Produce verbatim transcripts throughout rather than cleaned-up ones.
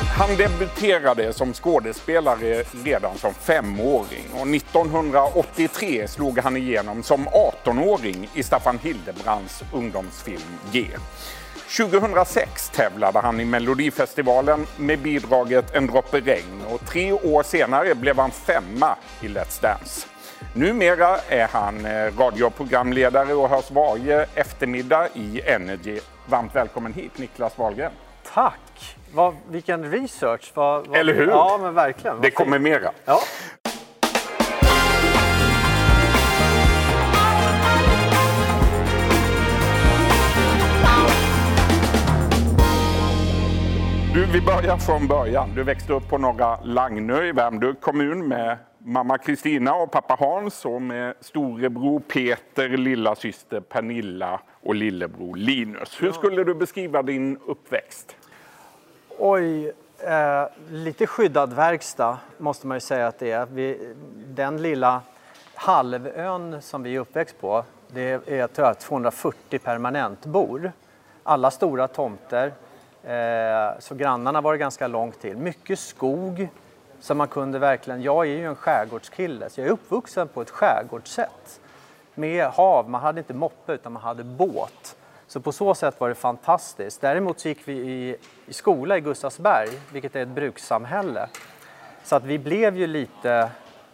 Han debuterade som skådespelare redan som femåring och nittonhundraåttiotre slog han igenom som artonåring i Staffan Hildebrands ungdomsfilm G. tjugohundrasex tävlade han i Melodifestivalen med bidraget En droppe regn och tre år senare blev han femma i Let's Dance. Numera är han radioprogramledare och hörs varje eftermiddag i Energy. Varmt välkommen hit, Niklas Wahlgren. Tack! Vad, vilken research. Vad, vad... Eller hur? Ja, men verkligen. Det kommer mera. Ja. Du, vi börjar från början. Du växte upp på Norra Lagnö i Värmdö kommun med mamma Kristina och pappa Hans och med storebror Peter, lilla syster Pernilla och lillebror Linus. Hur skulle du beskriva din uppväxt? Oj, eh, lite skyddad verkstad måste man ju säga att det är. Vi, den lilla halvön som vi är uppväxt på, det är tror jag, tvåhundrafyrtio permanentbor. Alla stora tomter, eh, så grannarna var det ganska långt till. Mycket skog som man kunde verkligen, jag är ju en skärgårdskille så jag är uppvuxen på ett skärgårdssätt. Med hav, man hade inte moppe utan man hade båt. Så på så sätt var det fantastiskt. Däremot så gick vi i, i skola i Gustavsberg, vilket är ett brukssamhälle. Så att vi blev ju lite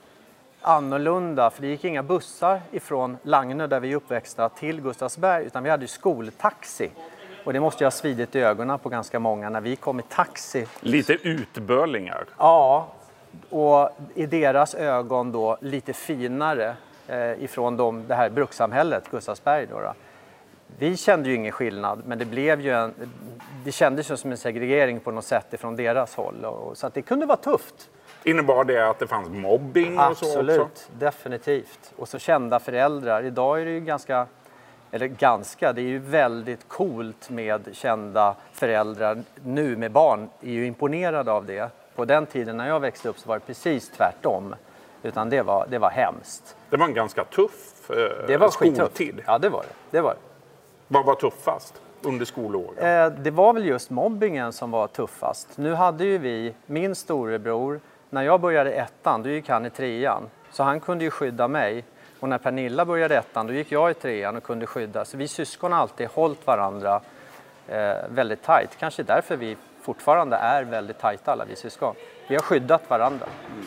annorlunda, för det gick inga bussar ifrån Lagnö där vi är uppväxta till Gustavsberg, utan vi hade ju skoltaxi. Och det måste jag ha svidit i ögonen på ganska många när vi kom i taxi. Lite utbörlingar. Ja, och i deras ögon då lite finare eh, ifrån dem, det här brukssamhället, Gustavsberg då, då. Vi kände ju ingen skillnad, men det blev ju en, det kändes ju som en segregering på något sätt ifrån deras håll. Och, så att det kunde vara tufft. Innebar det att det fanns mobbing och Absolut, så också? Absolut, definitivt. Och så kända föräldrar. Idag är det ju ganska, eller ganska, det är ju väldigt coolt med kända föräldrar. Nu med barn är ju imponerade av det. På den tiden när jag växte upp så var det precis tvärtom. Utan det var, det var hemskt. Det var en ganska tuff eh, det var skoltid. Skittuff. Ja, det var det. det, var det. Vad var tuffast under skolåren? Eh, det var väl just mobbingen som var tuffast. Nu hade ju vi, min storebror, när jag började ettan, då gick han i trean. Så han kunde ju skydda mig. Och när Pernilla började ettan, då gick jag i trean och kunde skydda. Så vi syskon har alltid hållit varandra eh, väldigt tajt. Kanske därför vi fortfarande är väldigt tajta alla vi syskon. Vi har skyddat varandra. Mm.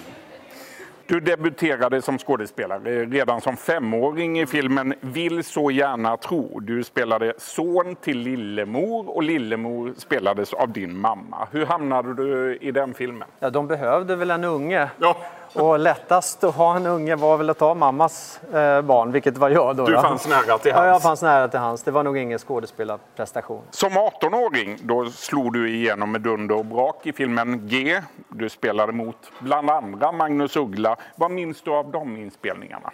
Du debuterade som skådespelare redan som femåring i filmen Vill så gärna tro. Du spelade son till Lillemor och Lillemor spelades av din mamma. Hur hamnade du i den filmen? Ja, de behövde väl en unge. Ja. Och lättast att ha en unge var väl att ta mammas eh, barn, vilket var jag då. Du då. fanns nära till hans. Ja, jag fanns nära till hans. Det var nog ingen skådespelarprestation. Som artonåring då slog du igenom med dunder och brak i filmen G. Du spelade mot bland andra Magnus Uggla. Vad minns du av de inspelningarna?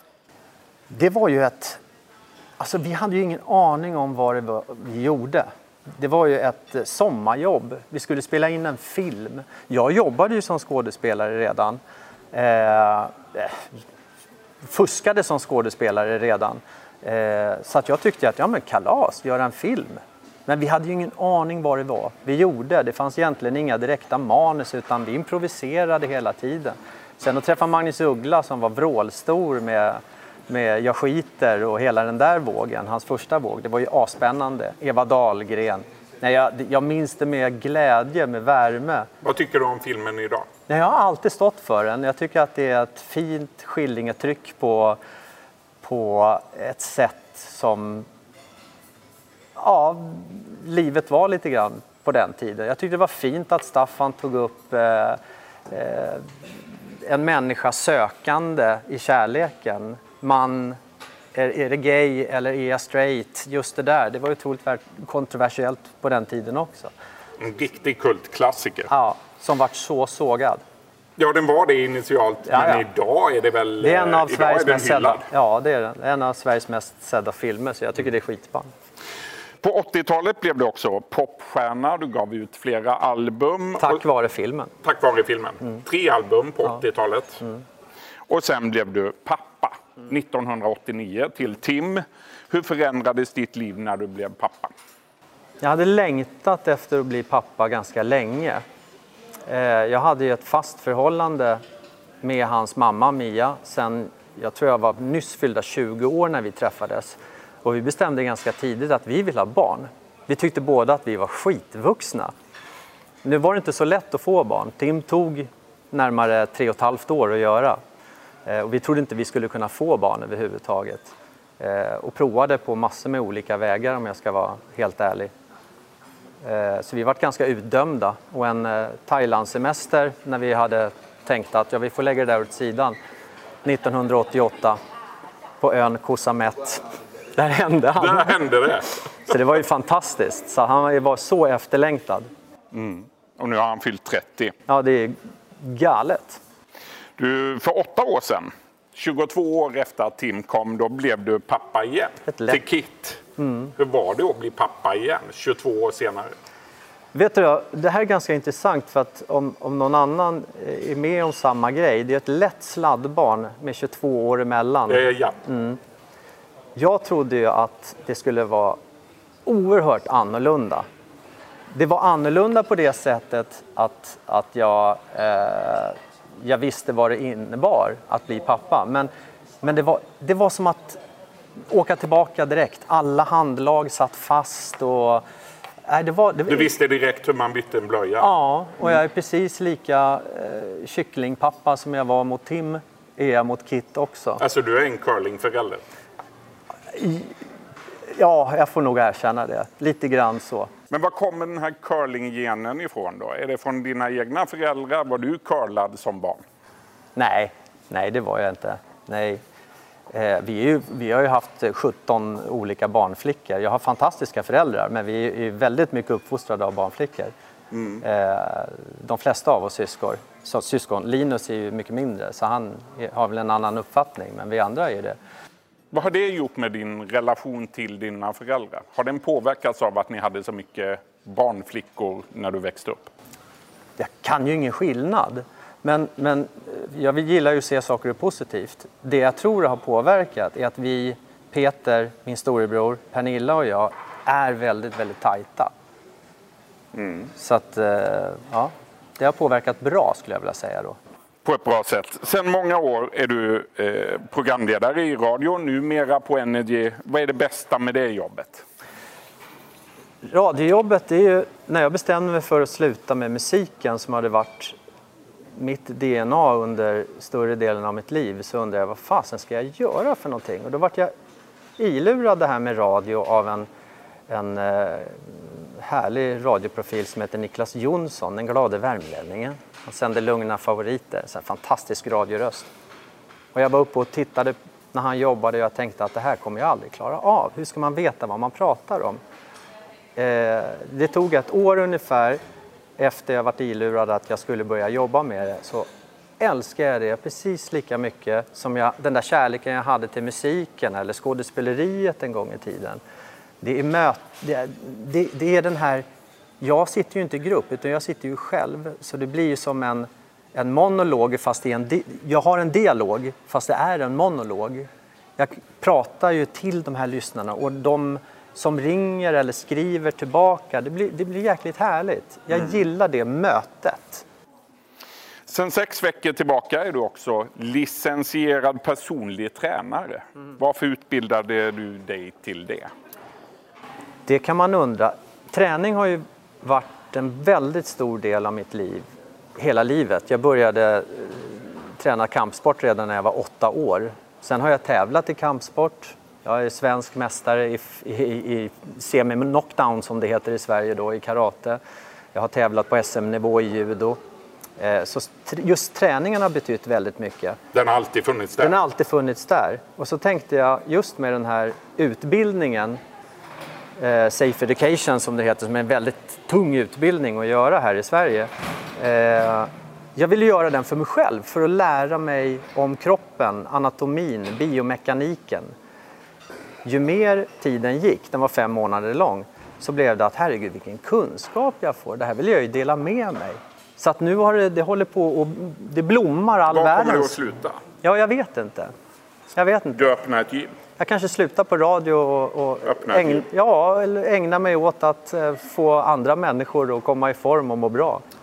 Det var ju ett... Alltså vi hade ju ingen aning om vad det var vi gjorde. Det var ju ett sommarjobb. Vi skulle spela in en film. Jag jobbade ju som skådespelare redan. Eh, fuskade som skådespelare redan. Eh, så att jag tyckte att ja men kalas, göra en film. Men vi hade ju ingen aning vad det var vi gjorde. Det fanns egentligen inga direkta manus utan vi improviserade hela tiden. Sen att träffa Magnus Uggla som var vrålstor med, med Jag skiter och hela den där vågen, hans första våg. Det var ju aspännande. Eva Dahlgren. Nej, jag, jag minns det med glädje, med värme. Vad tycker du om filmen idag? Nej, jag har alltid stått för den. Jag tycker att det är ett fint skildringetryck på, på ett sätt som ja, livet var lite grann på den tiden. Jag tyckte det var fint att Staffan tog upp eh, eh, en människa sökande i kärleken. Man, är, är det gay eller är jag straight? Just det där, det var ju otroligt kontroversiellt på den tiden också. En riktig kultklassiker. Ja, som vart så sågad. Ja, den var det initialt, ja, men ja. idag är det väl det är en av Sveriges är mest sedda. Ja, det är den. En av Sveriges mest sedda filmer, så jag tycker det är skitspännande. På åttiotalet blev du också popstjärna. Du gav ut flera album. Tack vare filmen. Tack vare filmen. Mm. Tre album på ja. åttiotalet. Mm. Och sen blev du pappa mm. nittonhundraåttionio till Tim. Hur förändrades ditt liv när du blev pappa? Jag hade längtat efter att bli pappa ganska länge. Eh, jag hade ju ett fast förhållande med hans mamma Mia sen, jag tror jag var nyss fyllda tjugo år när vi träffades. Och vi bestämde ganska tidigt att vi vill ha barn. Vi tyckte båda att vi var skitvuxna. Nu var det inte så lätt att få barn. Tim tog närmare tre och ett halvt år att göra. Eh, och vi trodde inte vi skulle kunna få barn överhuvudtaget. Eh, och provade på massor med olika vägar om jag ska vara helt ärlig. Eh, så vi var ganska utdömda. Och en eh, Thailandssemester när vi hade tänkt att ja, vi får lägga det där åt sidan. nittonhundraåttioåtta på ön Koh Samet. Där hände han. Där hände det. Så det var ju fantastiskt. Så han var så efterlängtad. Mm. Och nu har han fyllt trettio. Ja, det är galet. Du, för åtta år sedan, tjugotvå år efter att Tim kom, då blev du pappa igen. Till Kit. Mm. Hur var det att bli pappa igen, tjugotvå år senare? Vet du, det här är ganska intressant för att om, om någon annan är med om samma grej, det är ett lätt sladdbarn med tjugotvå år emellan. Eh, ja. Mm. Jag trodde ju att det skulle vara oerhört annorlunda. Det var annorlunda på det sättet att, att jag, eh, jag visste vad det innebar att bli pappa. Men, men det, var, det var som att åka tillbaka direkt. Alla handlag satt fast. Och, äh, det var, det, du visste direkt hur man bytte en blöja? Ja, och jag är precis lika eh, kycklingpappa som jag var mot Tim, är jag mot Kit också. Alltså du är en curlingförälder? Ja, jag får nog erkänna det. Lite grann så. Men var kommer den här curlinggenen ifrån då? Är det från dina egna föräldrar? Var du curlad som barn? Nej, nej det var jag inte. Nej. Eh, vi, är ju, vi har ju haft sjutton olika barnflickor. Jag har fantastiska föräldrar, men vi är väldigt mycket uppfostrade av barnflickor. Mm. Eh, de flesta av oss syskon. Så, syskon. Linus är ju mycket mindre, så han har väl en annan uppfattning, men vi andra är det. Vad har det gjort med din relation till dina föräldrar? Har den påverkats av att ni hade så mycket barnflickor när du växte upp? Jag kan ju ingen skillnad. Men, men jag gillar ju att se saker positivt. Det jag tror har påverkat är att vi, Peter, min storebror, Pernilla och jag är väldigt, väldigt tajta. Mm. Så att, ja, det har påverkat bra skulle jag vilja säga då. På ett bra sätt. Sen många år är du eh, programledare i radio, numera på Energy. Vad är det bästa med det jobbet? Radiojobbet är ju, när jag bestämde mig för att sluta med musiken som hade varit mitt D N A under större delen av mitt liv, så undrade jag vad fasen ska jag göra för någonting? Och då var jag ilurad det här med radio av en, en eh, härlig radioprofil som heter Niklas Jonsson, den glade värmlänningen. Han sände Lugna favoriter, en fantastisk radioröst. Och jag var uppe och tittade när han jobbade och jag tänkte att det här kommer jag aldrig klara av. Hur ska man veta vad man pratar om? Eh, det tog ett år ungefär efter jag varit ilurad att jag skulle börja jobba med det. Så älskar jag det precis lika mycket som jag, den där kärleken jag hade till musiken eller skådespeleriet en gång i tiden. Det är, möt, det, är, det, det är den här, jag sitter ju inte i grupp utan jag sitter ju själv. Så det blir ju som en, en monolog fast det är en, jag har en dialog fast det är en monolog. Jag pratar ju till de här lyssnarna och de som ringer eller skriver tillbaka, det blir, det blir jäkligt härligt. Jag mm. gillar det mötet. Sen sex veckor tillbaka är du också licensierad personlig tränare. Mm. Varför utbildade du dig till det? Det kan man undra. Träning har ju varit en väldigt stor del av mitt liv, hela livet. Jag började träna kampsport redan när jag var åtta år. Sen har jag tävlat i kampsport. Jag är svensk mästare i, i, i semi-knockdown som det heter i Sverige då, i karate. Jag har tävlat på S M-nivå i judo. Så just träningen har betytt väldigt mycket. Den har alltid funnits där? Den har alltid funnits där. Och så tänkte jag just med den här utbildningen, eh, Safe Education som det heter, som är en väldigt tung utbildning att göra här i Sverige. Eh, jag ville göra den för mig själv, för att lära mig om kroppen, anatomin, biomekaniken. Ju mer tiden gick, den var fem månader lång, så blev det att herregud vilken kunskap jag får. Det här vill jag ju dela med mig. Så att nu har det, det håller på och det blommar all världens... Var kommer du att sluta? Ja, jag vet inte. Jag vet inte. Du öppnar ett gym? Jag kanske slutar på radio och, och ägna, ja, eller ägna mig åt att få andra människor att komma i form och må bra.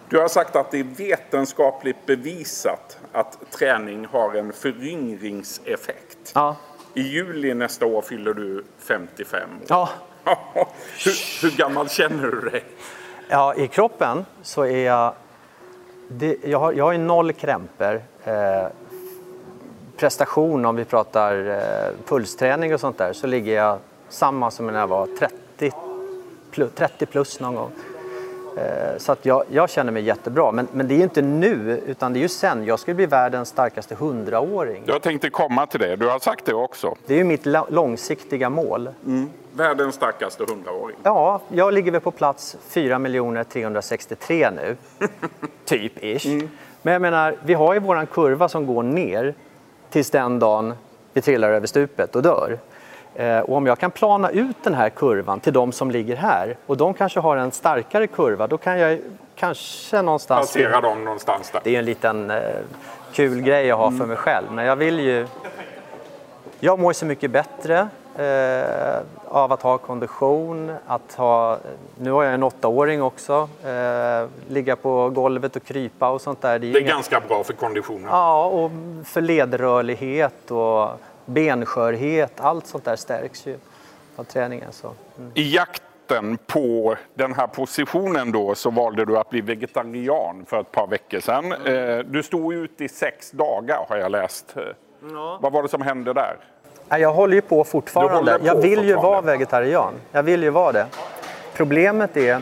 Du har sagt att det är vetenskapligt bevisat att träning har en föryngringseffekt. Ja. I juli nästa år fyller du femtiofem år. Ja. hur, hur gammal känner du dig? Ja, i kroppen så är jag... Det, jag, har, jag har ju noll krämpor. Eh, prestation, om vi pratar eh, pulsträning och sånt där, så ligger jag samma som när jag var trettio plus, trettio plus någon gång. Eh, så att jag, jag känner mig jättebra. Men, men det är ju inte nu, utan det är ju sen. Jag skulle bli världens starkaste hundraåring. Jag tänkte komma till det. Du har sagt det också. Det är ju mitt långsiktiga mål. Mm. Världens starkaste hundraåring. Ja, jag ligger väl på plats fyra miljoner trehundrasextiotre nu. typ ish. Mm. Men jag menar, vi har ju våran kurva som går ner tills den dagen vi trillar över stupet och dör. Eh, och om jag kan plana ut den här kurvan till de som ligger här, och de kanske har en starkare kurva, då kan jag kanske någonstans... Passera dem någonstans där. Det är en liten eh, kul grej jag har för mig själv. Men jag vill ju... Jag mår så mycket bättre eh, av att ha kondition, att ha... Nu har jag en åttaåring också. Eh, ligga på golvet och krypa och sånt där. Det är, det är inga... ganska bra för konditionen. Ja, och för ledrörlighet och benskörhet. Allt sånt där stärks ju av träningen. Så. Mm. I jakten på den här positionen då så valde du att bli vegetarian för ett par veckor sedan. Eh, du stod ut i sex dagar har jag läst. Ja. Vad var det som hände där? Jag håller ju på fortfarande. På jag vill fortfarande. ju vara vegetarian. Jag vill ju vara det. Problemet är...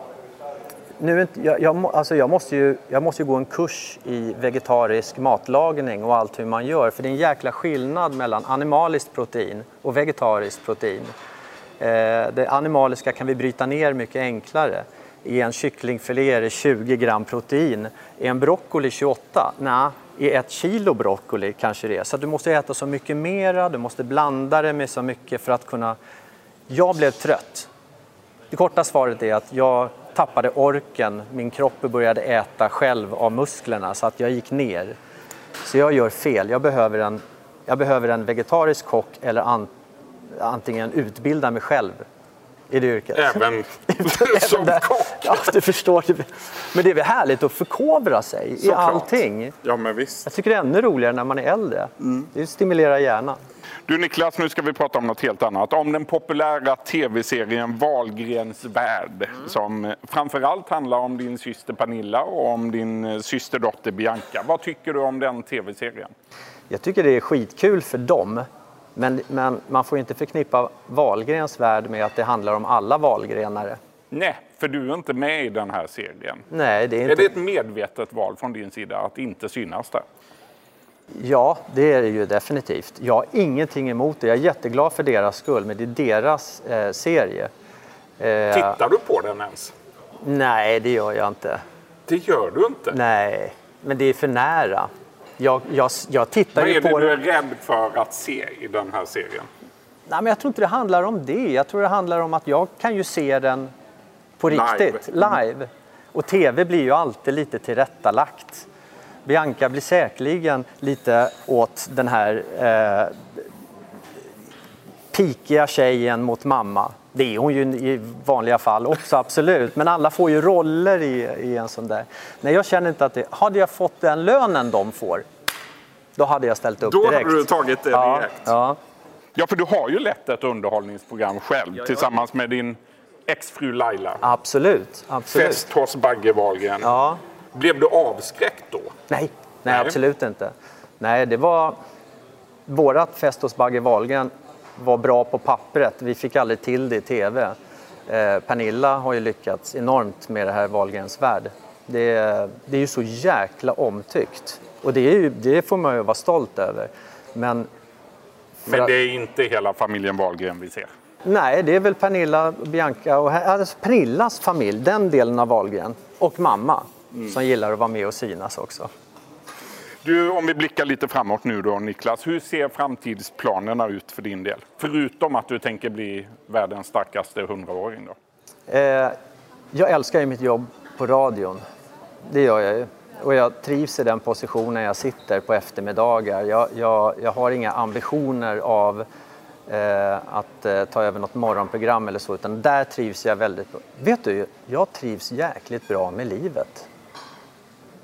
Nu, jag, jag, alltså jag, måste ju, jag måste ju gå en kurs i vegetarisk matlagning och allt hur man gör. För det är en jäkla skillnad mellan animaliskt protein och vegetariskt protein. Eh, det animaliska kan vi bryta ner mycket enklare. I en kycklingfilé är det tjugo gram protein. I en broccoli tjugoåtta? Nej, i ett kilo broccoli kanske det är. Så du måste äta så mycket mera, du måste blanda det med så mycket för att kunna... Jag blev trött. Det korta svaret är att jag tappade orken. Min kropp började äta själv av musklerna så att jag gick ner. Så jag gör fel. Jag behöver en, jag behöver en vegetarisk kock eller an, antingen utbilda mig själv i det yrket. Även som kock? Ja, du förstår. Men det är väl härligt att förkovra sig så i klart. Allting. Ja, men visst. Jag tycker det är ännu roligare när man är äldre. Mm. Det stimulerar hjärnan. Du Niklas, nu ska vi prata om något helt annat. Om den populära tv-serien Wahlgrens värld. Mm. Som framförallt handlar om din syster Pernilla och om din systerdotter Bianca. Vad tycker du om den tv-serien? Jag tycker det är skitkul för dem. Men, men man får inte förknippa Wahlgrens värld med att det handlar om alla Wahlgrenare. Nej, för du är inte med i den här serien. Nej, det är inte... Är det ett medvetet val från din sida att inte synas där? Ja, det är det ju definitivt. Jag har ingenting emot det. Jag är jätteglad för deras skull, men det är deras eh, serie. Eh... Tittar du på den ens? Nej, det gör jag inte. Det gör du inte? Nej, men det är för nära. Jag, jag, jag tittar ju på... Vad är det du är rädd för att se i den här serien? Nej, men jag tror inte det handlar om det. Jag tror det handlar om att jag kan ju se den på riktigt, live. live. Och tv blir ju alltid lite tillrättalagt. Bianca blir säkerligen lite åt den här eh, pikiga tjejen mot mamma. Det är hon ju i vanliga fall också, absolut. Men alla får ju roller i, i en sån där. Nej, jag känner inte att det... Hade jag fått den lönen de får, då hade jag ställt upp då direkt. Då hade du tagit det ja, direkt. Ja. ja, för du har ju lett ett underhållningsprogram själv ja, tillsammans med din exfru Laila. Absolut, absolut. Fest hos Bagge Wahlgren. Ja. Blev du avskräckt då? Nej, nej, nej, absolut inte. Nej, det var... Vårat Fest hos Bagge Wahlgren var bra på pappret. Vi fick aldrig till det i tv. Eh, Pernilla har ju lyckats enormt med det här Wahlgrens värld. Det, det är ju så jäkla omtyckt. Och det, är ju, det får man ju vara stolt över. Men, Men det är inte hela familjen Wahlgren vi ser? Nej, det är väl Pernilla, Bianca och alltså Pernillas familj, den delen av Wahlgren. Och mamma, mm. som gillar att vara med och synas också. Du, om vi blickar lite framåt nu då, Niklas. Hur ser framtidsplanerna ut för din del? Förutom att du tänker bli världens starkaste hundraåring då. Eh, jag älskar ju mitt jobb på radion. Det gör jag ju. Och jag trivs i den positionen jag sitter på eftermiddagar. Jag, jag, jag har inga ambitioner av eh, att eh, ta över något morgonprogram eller så. Utan där trivs jag väldigt bra. Vet du, jag trivs jäkligt bra med livet.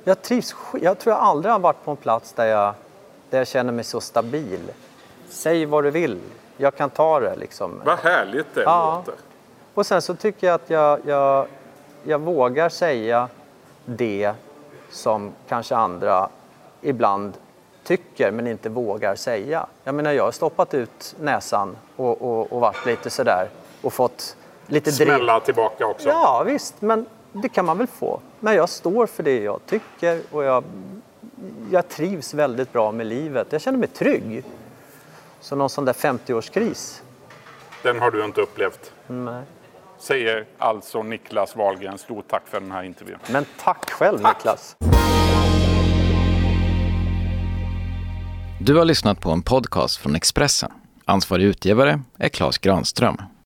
Jag trivs, jag tror jag aldrig har varit på en plats där jag, där jag känner mig så stabil. Säg vad du vill, jag kan ta det liksom. Vad härligt det ja. låter. Och sen så tycker jag att jag, jag, jag vågar säga det som kanske andra ibland tycker men inte vågar säga. Jag menar, jag har stoppat ut näsan och, och, och varit lite sådär och fått lite driv. Smälla tillbaka också. Ja visst, men det kan man väl få. Men jag står för det jag tycker och jag, jag trivs väldigt bra med livet. Jag känner mig trygg. Så någon sån där femtioårskris. Den har du inte upplevt? Nej. Säger alltså Niklas Wahlgren. Stort tack för den här intervjun. Men tack själv tack. Niklas. Du har lyssnat på en podcast från Expressen. Ansvarig utgivare är Claes Granström.